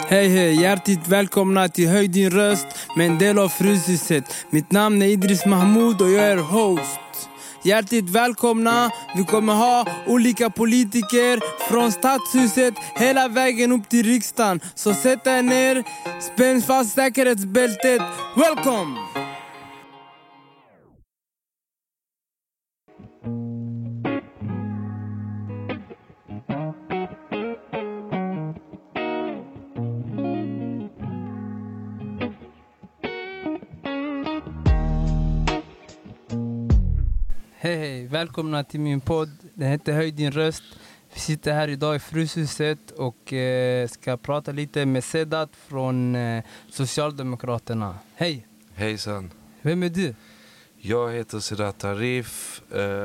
Hej hej, hjärtligt välkomna till Höj din röst med en del av Fryshuset. Mitt namn är Idris Mahmoud och jag är host. Hjärtligt välkomna, vi kommer ha olika politiker från stadshuset hela vägen upp till riksdagen. Så sätt er ner, spänn fast säkerhetsbältet. Welcome! Hej, välkomna till min podd. Den heter Höj din röst. Vi sitter här idag i Fryshuset och ska prata lite med Sedat från Socialdemokraterna. Hej! Hejsan. Vem är du? Jag heter Sedat Arif,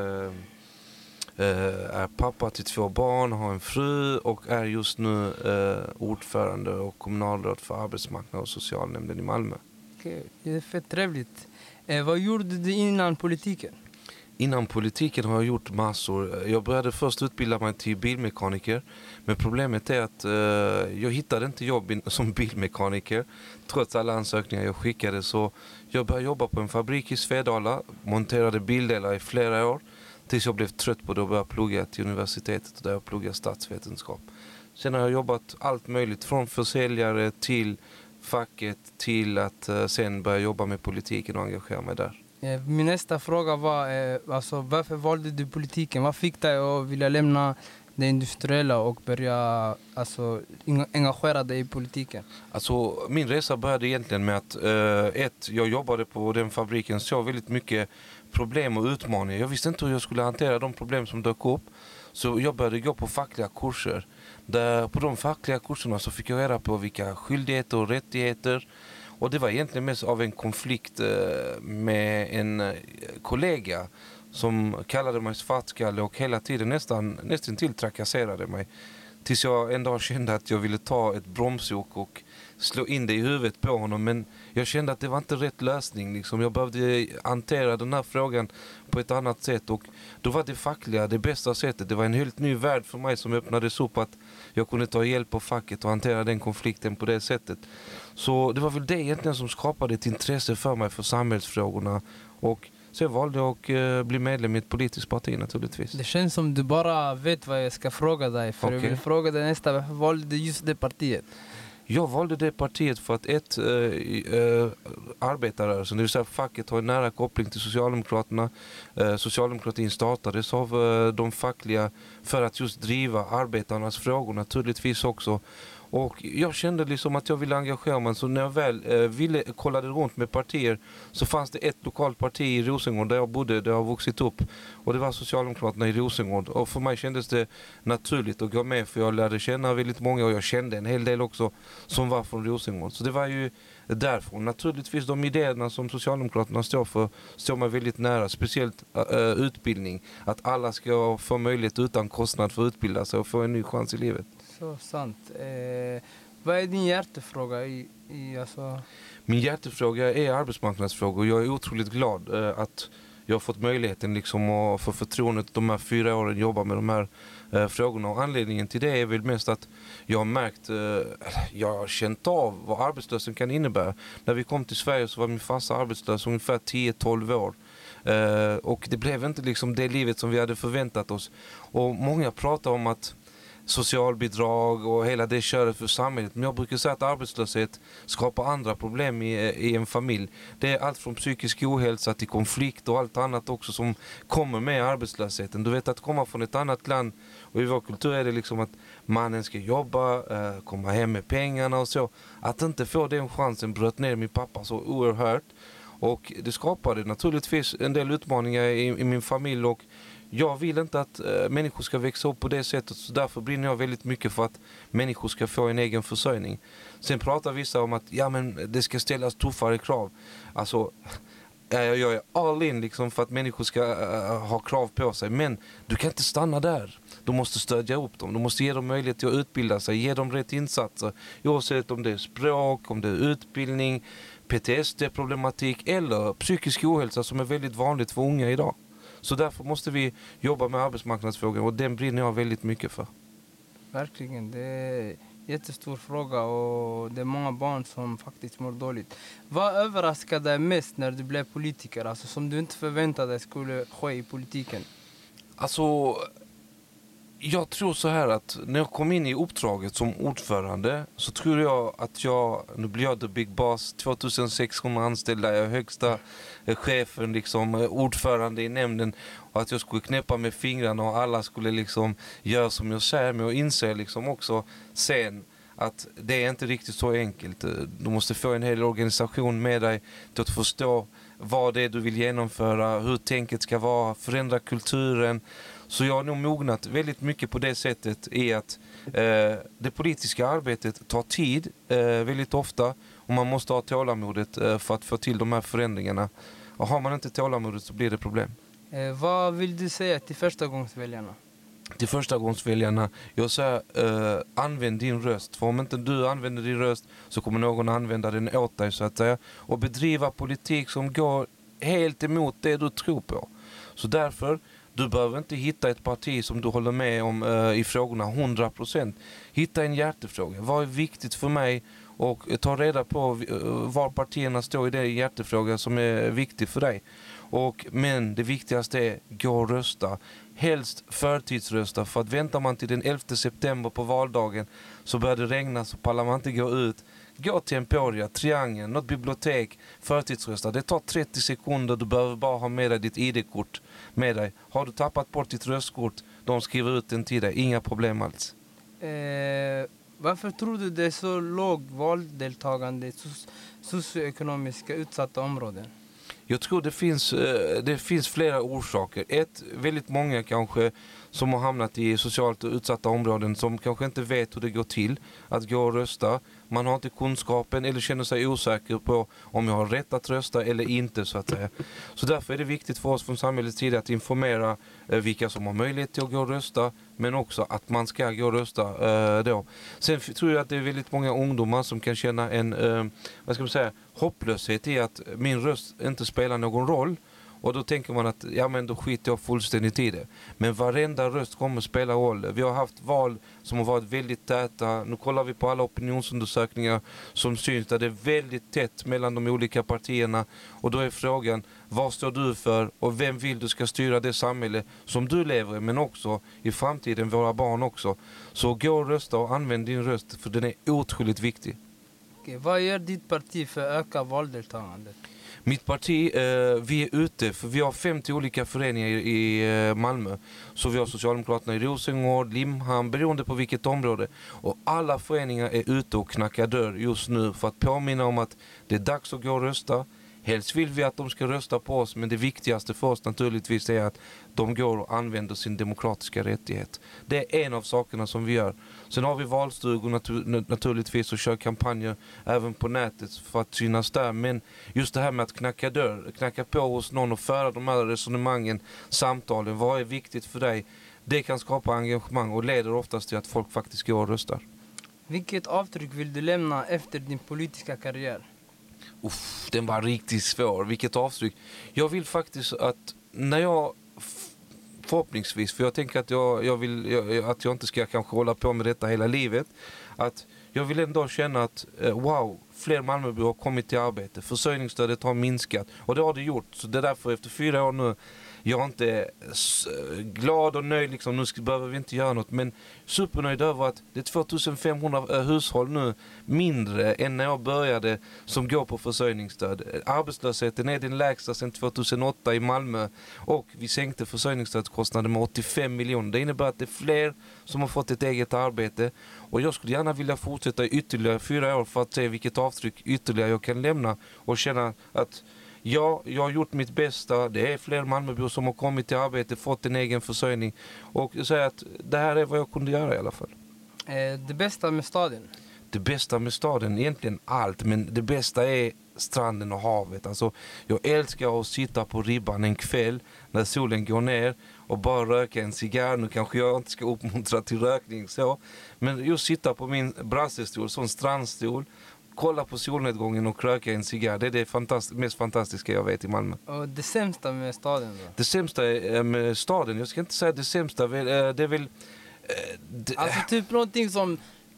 är pappa till 2 barn, har en fru och är just nu ordförande och kommunalråd för arbetsmarknad och socialnämnden i Malmö. Okej, det är fett trevligt. Vad gjorde du innan politiken? Innan politiken har jag gjort massor. Jag började först utbilda mig till bilmekaniker. Men problemet är att jag hittade inte jobb som bilmekaniker. Trots alla ansökningar jag skickade. Så jag började jobba på en fabrik i Svedala. Monterade bildelar i flera år. Tills jag blev trött på det och började plugga till universitetet. Och där jag pluggade statsvetenskap. Sen har jag jobbat allt möjligt. Från försäljare till facket. Till att sen börja jobba med politiken och engagera mig där. Min nästa fråga var varför valde du politiken? Vad fick dig att vilja lämna det industriella och börja engagera dig i politiken? Alltså, min resa började egentligen med att jag jobbade på den fabriken, så väldigt mycket problem och utmaningar. Jag visste inte hur jag skulle hantera de problem som dök upp. Så jag började gå på fackliga kurser. På de fackliga kurserna så fick jag reda på vilka skyldigheter och rättigheter. Och det var egentligen mest av en konflikt med en kollega som kallade mig svartskalle och hela tiden nästan till trakasserade mig. Tills jag en dag kände att jag ville ta ett bromsjok och slå in det i huvudet på honom. Men jag kände att det var inte rätt lösning. Liksom. Jag behövde hantera den här frågan på ett annat sätt. Och då var det fackliga det bästa sättet. Det var en helt ny värld för mig som öppnades upp att jag kunde ta hjälp av facket och hantera den konflikten på det sättet. Så det var väl det egentligen som skapade ett intresse för mig för samhällsfrågorna. Och så jag valde att bli medlem i ett politiskt parti naturligtvis. Det känns som du bara vet vad jag ska fråga dig. För jag vill fråga dig nästa, varför valde du just det partiet? Jag valde det partiet för att arbetarrörelsen, det vill säga facket, har en nära koppling till Socialdemokraterna. Socialdemokratin startades av de fackliga för att just driva arbetarnas frågor naturligtvis också. Och jag kände liksom att jag ville engagera mig, så när jag väl kollade runt med partier så fanns det ett lokalt parti i Rosengård där jag bodde, där jag vuxit upp. Och det var Socialdemokraterna i Rosengård. Och för mig kändes det naturligt att gå med, för jag lärde känna väldigt många och jag kände en hel del också som var från Rosengård. Så det var ju därför. Naturligtvis de idéerna som Socialdemokraterna står för står mig väldigt nära, speciellt utbildning. Att alla ska få möjlighet utan kostnad för att utbilda sig och få en ny chans i livet. Så sant. Vad är din hjärtefråga? Min hjärtefråga är arbetsmarknadsfrågor. Jag är otroligt glad att jag har fått möjligheten liksom att få förtroendet de här 4 åren jobba med de här frågorna. Och anledningen till det är väl mest att jag har märkt, jag har känt av vad arbetslösheten kan innebära. När vi kom till Sverige så var min farsa arbetslös ungefär 10-12 år. Och det blev inte liksom det livet som vi hade förväntat oss. Och många pratar om att socialbidrag och hela det köret för samhället. Men jag brukar säga att arbetslöshet skapar andra problem i en familj. Det är allt från psykisk ohälsa till konflikt och allt annat också som kommer med arbetslösheten. Du vet, att komma från ett annat land, och i vår kultur är det liksom att mannen ska jobba, komma hem med pengarna och så. Att inte få den chansen bröt ner min pappa så oerhört. Och det skapade naturligtvis en del utmaningar i min familj, och jag vill inte att människor ska växa upp på det sättet, så därför brinner jag väldigt mycket för att människor ska få en egen försörjning. Sen pratar vissa om att det ska ställas tuffare krav. Alltså, jag är all in liksom för att människor ska ha krav på sig, men du kan inte stanna där. Du måste stödja upp dem, du måste ge dem möjlighet till att utbilda sig, ge dem rätt insatser, oavsett om det är språk, om det är utbildning, PTSD-problematik eller psykisk ohälsa som är väldigt vanligt för unga idag. Så därför måste vi jobba med arbetsmarknadsfrågor, och den brinner jag väldigt mycket för. Verkligen. Det är jättestor fråga och det är många barn som faktiskt mår dåligt. Vad överraskade dig mest när du blev politiker? Alltså som du inte förväntade dig skulle ske i politiken? Alltså, jag tror så här att när jag kom in i uppdraget som ordförande så tror jag att nu blir jag the big boss, 2600 anställda, jag är högsta chefen, liksom, ordförande i nämnden, och att jag skulle knäppa med fingrarna och alla skulle liksom göra som jag säger, men jag inser liksom också sen att det är inte riktigt så enkelt. Du måste få en hel organisation med dig till att förstå vad det är du vill genomföra, hur tänket ska vara, förändra kulturen. Så jag har nog mognat väldigt mycket på det sättet i att det politiska arbetet tar tid väldigt ofta, och man måste ha tålamodet för att få till de här förändringarna. Och har man inte tålamodet så blir det problem. Vad vill du säga till förstagångsväljarna? Till förstagångsväljarna, jag säger använd din röst. För om inte du använder din röst så kommer någon använda den åt dig, så att säga. Och bedriva politik som går helt emot det du tror på. Så därför, du behöver inte hitta ett parti som du håller med om i frågorna 100%. Hitta en hjärtefråga. Vad är viktigt för mig? Och ta reda på var partierna står i den hjärtefråga som är viktig för dig. Men det viktigaste är gå och rösta. Helst förtidsrösta, för att väntar man till den 11 september på valdagen så börjar det regna, så pallar man inte gå ut. Gå till Emporia, Triangeln, något bibliotek, förtidsrösta. Det tar 30 sekunder, du behöver bara ha med dig ditt ID-kort med dig. Har du tappat bort ditt röstkort, de skriver ut den till dig, inga problem alls. Varför tror du det är så låg valdeltagande i socioekonomiska utsatta områden? Jag tror det finns flera orsaker. Väldigt många kanske som har hamnat i socialt utsatta områden som kanske inte vet hur det går till att gå och rösta. Man har inte kunskapen eller känner sig osäker på om jag har rätt att rösta eller inte, så att säga. Så därför är det viktigt för oss från samhällets sida att informera vilka som har möjlighet till att gå och rösta, men också att man ska gå och rösta då. Sen tror jag att det är väldigt många ungdomar som kan känna en hopplöshet i att min röst inte spelar någon roll. Och då tänker man att då skiter jag fullständigt i det. Men varenda röst kommer spela roll. Vi har haft val som har varit väldigt täta. Nu kollar vi på alla opinionsundersökningar som syns där det är väldigt tätt mellan de olika partierna. Och då är frågan, vad står du för och vem vill du ska styra det samhälle som du lever i, men också i framtiden våra barn också. Så gå och rösta och använd din röst, för den är otroligt viktig. Okej, vad gör ditt parti för att öka valdeltagandet? Mitt parti, vi är ute, för vi har 50 olika föreningar i Malmö. Så vi har Socialdemokraterna i Rosengård, Limhamn, beroende på vilket område. Och alla föreningar är ute och knackar dörr just nu för att påminna om att det är dags att gå och rösta. Helst vill vi att de ska rösta på oss, men det viktigaste för oss naturligtvis är att de går och använder sin demokratiska rättighet. Det är en av sakerna som vi gör. Sen har vi valstugor naturligtvis och kör kampanjer även på nätet för att synas där. Men just det här med att knacka på hos någon och föra de här resonemangen, samtalen, vad är viktigt för dig? Det kan skapa engagemang och leder oftast till att folk faktiskt går och röstar. Vilket avtryck vill du lämna efter din politiska karriär? Den var riktigt svår. Vilket avtryck. Jag vill faktiskt att när jag förhoppningsvis, för jag tänker att jag inte ska kanske hålla på med detta hela livet, att jag vill ändå känna att fler Malmöbor har kommit till arbete. Försörjningsstödet har minskat, och det har det gjort. Så det är därför efter 4 år nu jag är inte glad och nöjd liksom, nu behöver vi inte göra något, men supernöjd över att det är 2500 hushåll nu mindre än när jag började som går på försörjningsstöd. Arbetslösheten är den lägsta sedan 2008 i Malmö, och vi sänkte försörjningsstödskostnaden med 85 miljoner. Det innebär att det är fler som har fått ett eget arbete, och jag skulle gärna vilja fortsätta ytterligare 4 år för att se vilket avtryck ytterligare jag kan lämna och känna att jag har gjort mitt bästa. Det är fler Malmöbor som har kommit till arbete, fått en egen försörjning, och säga att det här är vad jag kunde göra i alla fall. Det bästa med staden? Det bästa med staden, egentligen allt, men det bästa är stranden och havet. Alltså, jag älskar att sitta på ribban en kväll när solen går ner och bara röka en cigarr. Nu kanske jag inte ska uppmuntra till rökning så, men just sitta på min brassestol, sån strandstol, kolla på solnedgången och kröka en cigarr. Det är det mest fantastiska jag vet i Malmö. Och det sämsta med staden då? Det sämsta med staden, jag ska inte säga det sämsta, det är väl... alltså typ någonting som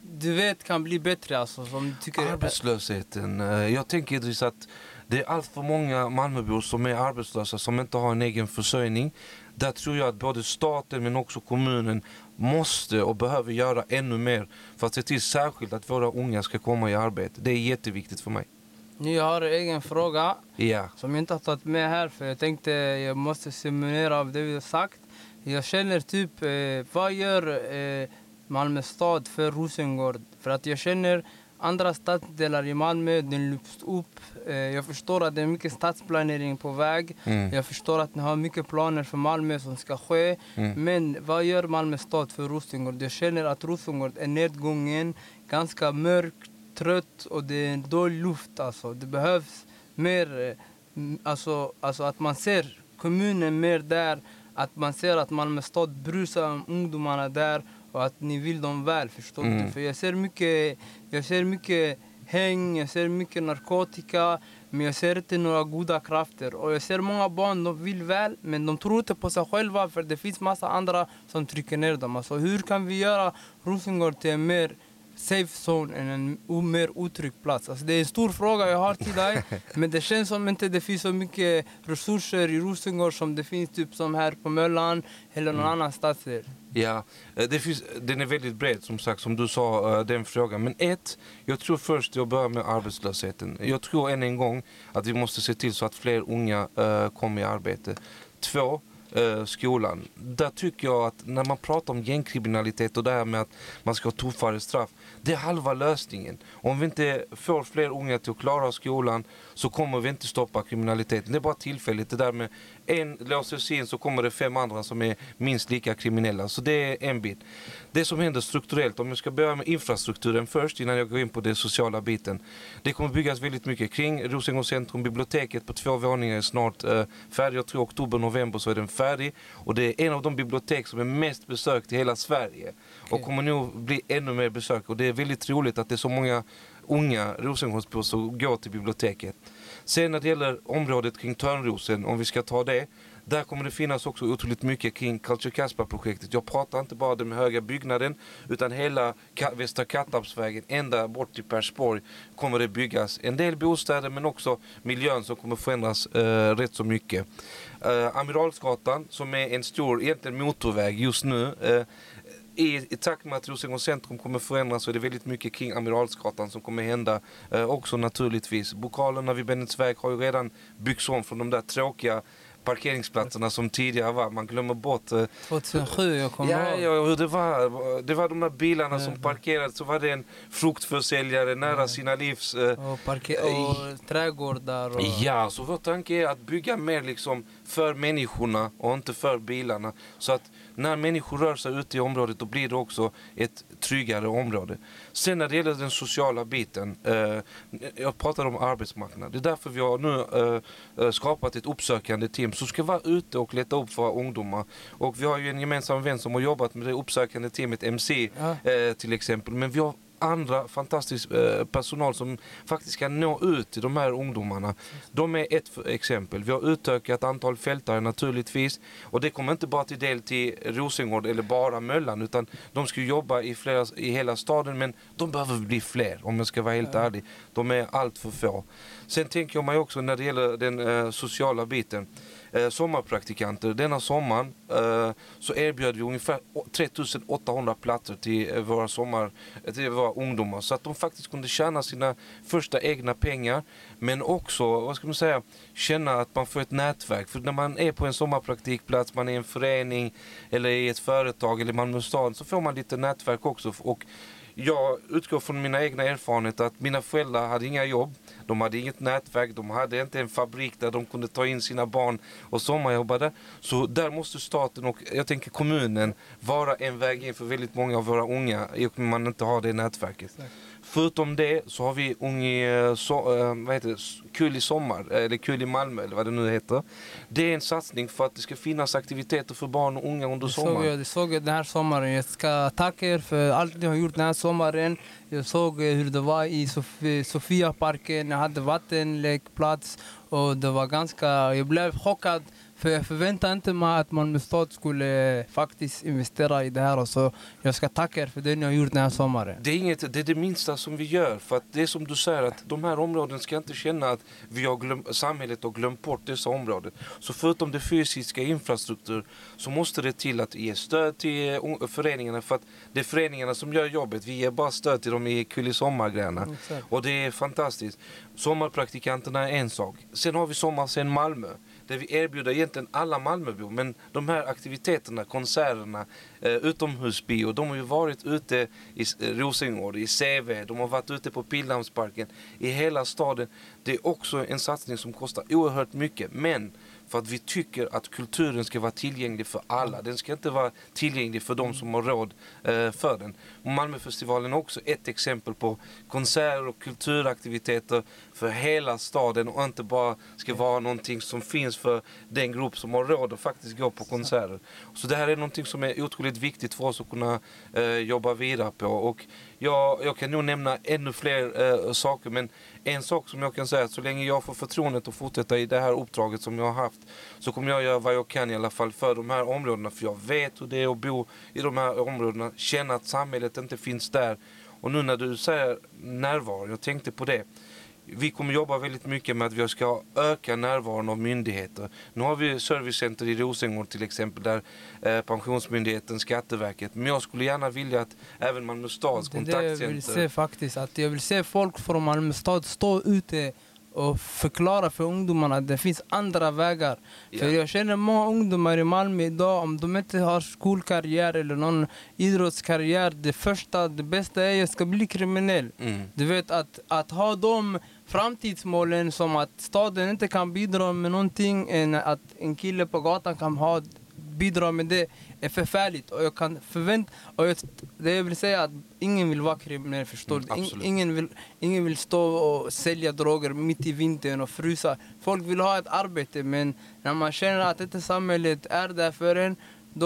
du vet kan bli bättre alltså, som du tycker? Arbetslösheten. Jag tänker Idris att det är allt för många Malmöbor som är arbetslösa som inte har en egen försörjning. Där tror jag att både staten men också kommunen måste och behöver göra ännu mer för att se till särskilt att våra unga ska komma i arbete. Det är jätteviktigt för mig. Jag har en egen fråga som jag inte har tagit med här, för jag tänkte jag måste simulera av det vi har sagt. Jag känner typ, vad gör Malmö stad för Rosengård? För att jag känner andra stadsdelar i Malmö, den lyfts upp. Jag förstår att det är mycket stadsplanering på väg. Jag förstår att ni har mycket planer för Malmö som ska ske. Men vad gör Malmö stad för Rosengård? Jag känner att Rosengård är nedgången, ganska mörkt, trött och det är en dålig luft. Alltså. Det behövs mer, alltså att man ser kommunen mer där. Att man ser att Malmö stad bryr sig om ungdomarna där och att ni vill dem väl, förstår du? För jag ser mycket häng, jag ser mycket narkotika, men jag ser inte några goda krafter. Och jag ser många barn, de vill väl, men de tror inte på sig själva för det finns massa andra som trycker ner dem. Alltså, hur kan vi göra Rosengård till en mer safe zone än en mer otrygg plats? Alltså, det är en stor fråga jag har till dig, men det känns som inte det finns så mycket resurser i Rosengård som det finns typ som här på Möllan eller någon annan stadsdel. Ja, den är väldigt bred som sagt, som du sa, den frågan. Men jag tror först jag börjar med arbetslösheten. Jag tror än en gång att vi måste se till så att fler unga kommer i arbete. 2, skolan. Där tycker jag att när man pratar om gängkriminalitet och det här med att man ska ha tuffare straff, det är halva lösningen. Om vi inte får fler unga till att klara skolan så kommer vi inte stoppa kriminaliteten. Det är bara tillfälligt. Det där med en låser sig in så kommer det 5 andra som är minst lika kriminella. Så det är en bit. Det som händer strukturellt, om jag ska börja med infrastrukturen först innan jag går in på den sociala biten. Det kommer byggas väldigt mycket kring Rosengårds centrum. Biblioteket på 2 våningar är snart färdig. Jag tror oktober, november så är den färdig. Och det är en av de bibliotek som är mest besökt i hela Sverige. Och kommer nog bli ännu mer besökt. Och det är väldigt roligt att det är så många unga Rosengårdsbor som går till biblioteket. Sen när det gäller området kring Törnrosen, om vi ska ta det, där kommer det finnas också otroligt mycket kring Culture Casper-projektet. Jag pratar inte bara om den höga byggnaden, utan hela Västra Kattarpsvägen ända bort till Persborg kommer det byggas en del bostäder, men också miljön som kommer förändras rätt så mycket. Amiralsgatan som är en stor egentligen motorväg just nu, i takt med att Rosengårds centrum kommer förändras så är det väldigt mycket kring Amiralsgatan som kommer hända också naturligtvis. Bokalerna vid Bennetsväg har ju redan byggts om från de där tråkiga parkeringsplatserna som tidigare var. Man glömmer bort 2007 jag kommer ihåg. Ja, hur det var de där bilarna som parkerade, så var det en fruktförsäljare nära sina livs och trädgårdar och... Ja, så vår tanke är att bygga mer liksom för människorna och inte för bilarna, så att när människor rör sig ute i området då blir det också ett tryggare område. Sen när det gäller den sociala biten, jag pratar om arbetsmarknaden. Det är därför vi har nu skapat ett uppsökande team som ska vara ute och leta upp våra ungdomar. Och vi har ju en gemensam vän som har jobbat med det uppsökande teamet MC till exempel. Men vi har andra fantastisk personal som faktiskt kan nå ut till de här ungdomarna. De är ett exempel. Vi har utökat antal fältare naturligtvis, och det kommer inte bara till del till Rosengård eller bara Möllan, utan de ska jobba i hela staden, men de behöver bli fler om jag ska vara helt ärlig. De är allt för få. Sen tänker jag mig också när det gäller den sociala biten, sommarpraktikanter. Denna sommaren så erbjöd vi ungefär 3800 platser till våra ungdomar, så att de faktiskt kunde tjäna sina första egna pengar, men också, vad ska man säga, känna att man får ett nätverk. För när man är på en sommarpraktikplats, man är i en förening eller i ett företag eller i Malmö stad, så får man lite nätverk också. Och jag utgår från mina egna erfarenheter att mina föräldrar hade inga jobb, de hade inget nätverk, de hade inte en fabrik där de kunde ta in sina barn och sommarjobba där. Så där måste staten och jag tänker kommunen vara en väg in för väldigt många av våra unga om man inte har det nätverket. Förutom det så har vi Kul i sommar, eller Kul i Malmö eller vad det nu heter. Det är en satsning för att det ska finnas aktiviteter för barn och unga under sommaren. Jag såg den här sommaren. Jag ska tacka er för allt ni har gjort den här sommaren. Jag såg hur det var i Sofiaparken. Jag hade vattenlekplats och det var jag blev chockad För jag förväntar inte mig att Malmö stad skulle faktiskt investera i det här. Och så jag ska tacka er för det ni har gjort den här sommaren. Det är det minsta som vi gör. För att det är som du säger, att de här områdena ska inte känna att vi har samhället har glömt bort dessa områden. Så förutom det fysiska infrastruktur så måste det till att ge stöd till föreningarna. För att det är föreningarna som gör jobbet. Vi ger bara stöd till dem i sommargräna. Och det är fantastiskt. Sommarpraktikanterna är en sak. Sen har vi Sommarscen Malmö. Där vi erbjuder egentligen alla Malmöbor. Men de här aktiviteterna, konserterna, utomhusbio. De har ju varit ute i Rosengård, i CV. De har varit ute på Pildammsparken. I hela staden. Det är också en satsning som kostar oerhört mycket. Men för att vi tycker att kulturen ska vara tillgänglig för alla. Den ska inte vara tillgänglig för de som har råd för den. Malmöfestivalen är också ett exempel på konserter och kulturaktiviteter för hela staden. Och inte bara ska vara någonting som finns för den grupp som har råd att faktiskt gå på konserter. Så det här är någonting som är otroligt viktigt för oss att kunna jobba vidare på. Och jag kan nog nämna ännu fler saker. Men en sak som jag kan säga, att så länge jag får förtroendet att fortsätta i det här uppdraget som jag har haft, så kommer jag göra vad jag kan i alla fall för de här områdena. För jag vet hur det är att bo i de här områdena. Känna att samhället inte finns där. Och nu när du säger närvaro, jag tänkte på det. Vi kommer jobba väldigt mycket med att vi ska öka närvaron av myndigheter. Nu har vi servicecenter i Rosengård till exempel, där Pensionsmyndigheten, Skatteverket. Men jag skulle gärna vilja att även Malmö stads kontaktcenter... Det jag vill se faktiskt, att jag vill se folk från Malmö stad stå ute och förklara för ungdomarna att det finns andra vägar. För jag känner många ungdomar i Malmö idag, om de inte har skolkarriär eller någon idrottskarriär, det bästa är att jag ska bli kriminell. Du vet, att ha de framtidsmålen som att staden inte kan bidra med någonting, än att en kille på gatan kan bidra med det, är förfärligt. Och jag kan det jag vill säga, att ingen vill vara kriminell, förstår du? Ingen vill stå och sälja droger mitt i vintern och frysa. Folk vill ha ett arbete, men när man känner att inte samhället är där för en,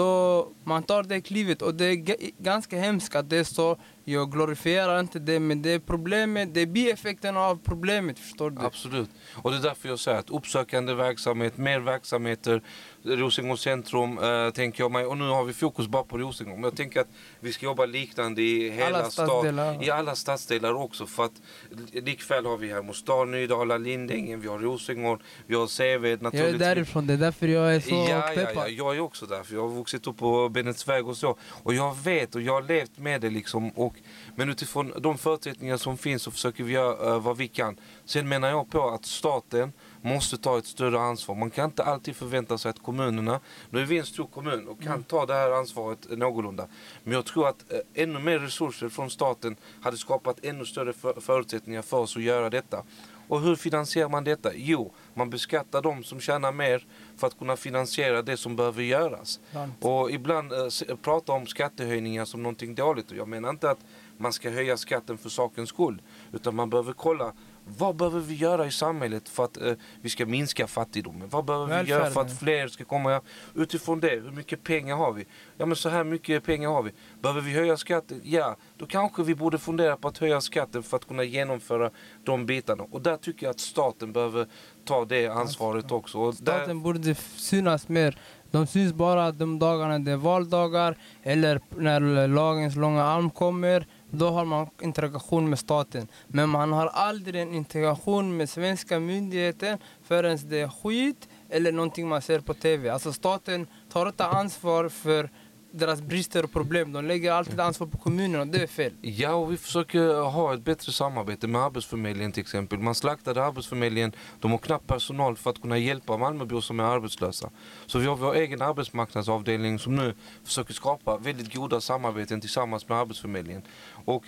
då man tar det klivet. Och det är ganska hemskt att det är så. Jag glorifierar inte det, men det är problemet, det är bieffekten av problemet, förstår du? Absolut. Och det är därför jag säger att uppsökande verksamhet, mer verksamheter, Rosengårds centrum tänker jag mig. Och nu har vi fokus bara på Rosengård. Men jag tänker att vi ska jobba liknande i hela staden. I alla stadsdelar också. För att likväl har vi här Mostar, Nydala, Lindängen, vi har Rosengård, vi har CV naturligtvis. Jag är därifrån, det är därför jag är så peppad. Ja, jag är också där. För jag har vuxit upp på Benetsväg och så. Och jag vet och jag har levt med det liksom. Men utifrån de förutsättningar som finns så försöker vi göra vad vi kan. Sen menar jag på att staten måste ta ett större ansvar. Man kan inte alltid förvänta sig att kommunerna, nu är vi en stor kommun och kan ta det här ansvaret någorlunda. Men jag tror att ännu mer resurser från staten hade skapat ännu större förutsättningar för oss att göra detta. Och hur finansierar man detta? Jo, man beskattar de som tjänar mer för att kunna finansiera det som behöver göras. Och ibland prata om skattehöjningar som någonting dåligt. Och jag menar inte att man ska höja skatten för sakens skull. Utan man behöver kolla, vad behöver vi göra i samhället för att vi ska minska fattigdomen? Vad behöver vi göra för att fler ska komma? Utifrån det, hur mycket pengar har vi? Ja, men så här mycket pengar har vi. Behöver vi höja skatten? Ja, då kanske vi borde fundera på att höja skatten för att kunna genomföra de bitarna. Och där tycker jag att staten behöver ta det ansvaret också. Och staten borde synas mer. De syns bara de dagarna det är valdagar eller när lagens långa arm kommer. Då har man integration med staten. Men man har aldrig en integration med svenska myndigheter förrän det är skit eller någonting man ser på tv. Alltså staten tar inte ansvar för deras brister och problem. De lägger alltid ansvar på kommunen och det är fel. Ja, och vi försöker ha ett bättre samarbete med Arbetsförmedlingen till exempel. Man slaktade Arbetsförmedlingen. De har knappt personal för att kunna hjälpa Malmöbor som är arbetslösa. Så vi har vår egen arbetsmarknadsavdelning som nu försöker skapa väldigt goda samarbeten tillsammans med Arbetsförmedlingen. Och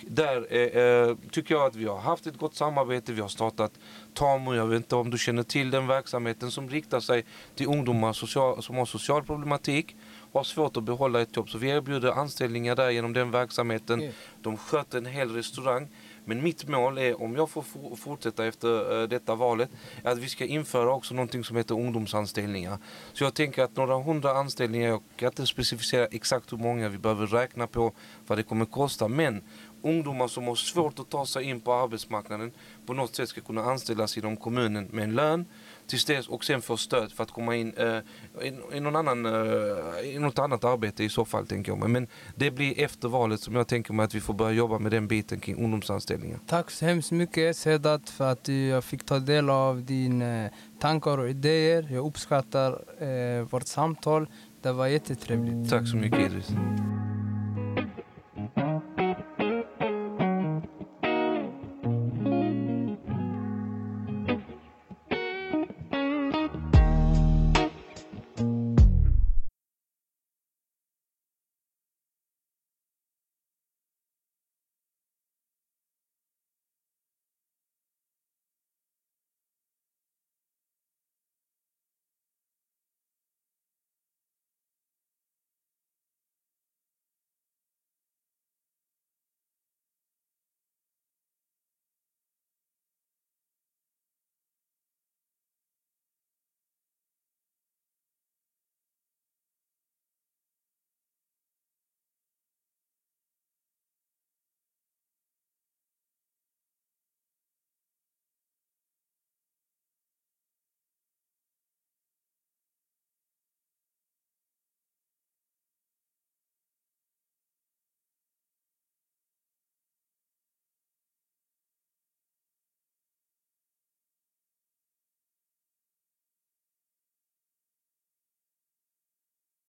där tycker jag att vi har haft ett gott samarbete. Vi har startat TAMU, jag vet inte om du känner till den verksamheten som riktar sig till ungdomar som har social problematik och har svårt att behålla ett jobb. Så vi erbjuder anställningar där genom den verksamheten. De sköter en hel restaurang. Men mitt mål är, om jag får fortsätta efter detta valet, att vi ska införa också någonting som heter ungdomsanställningar. Så jag tänker att några 100 anställningar, jag kan inte specificera exakt hur många vi behöver räkna på, vad det kommer kosta, men ungdomar som har svårt att ta sig in på arbetsmarknaden på något sätt ska kunna anställas inom kommunen med en lön tills dess och sen få stöd för att komma in i något annat arbete i så fall, tänker jag mig. Men det blir efter valet som jag tänker mig att vi får börja jobba med den biten kring ungdomsanställningar. Tack så hemskt mycket, Sedat, för att jag fick ta del av dina tankar och idéer. Jag uppskattar vårt samtal. Det var jättetrevligt. Tack så mycket, Idris.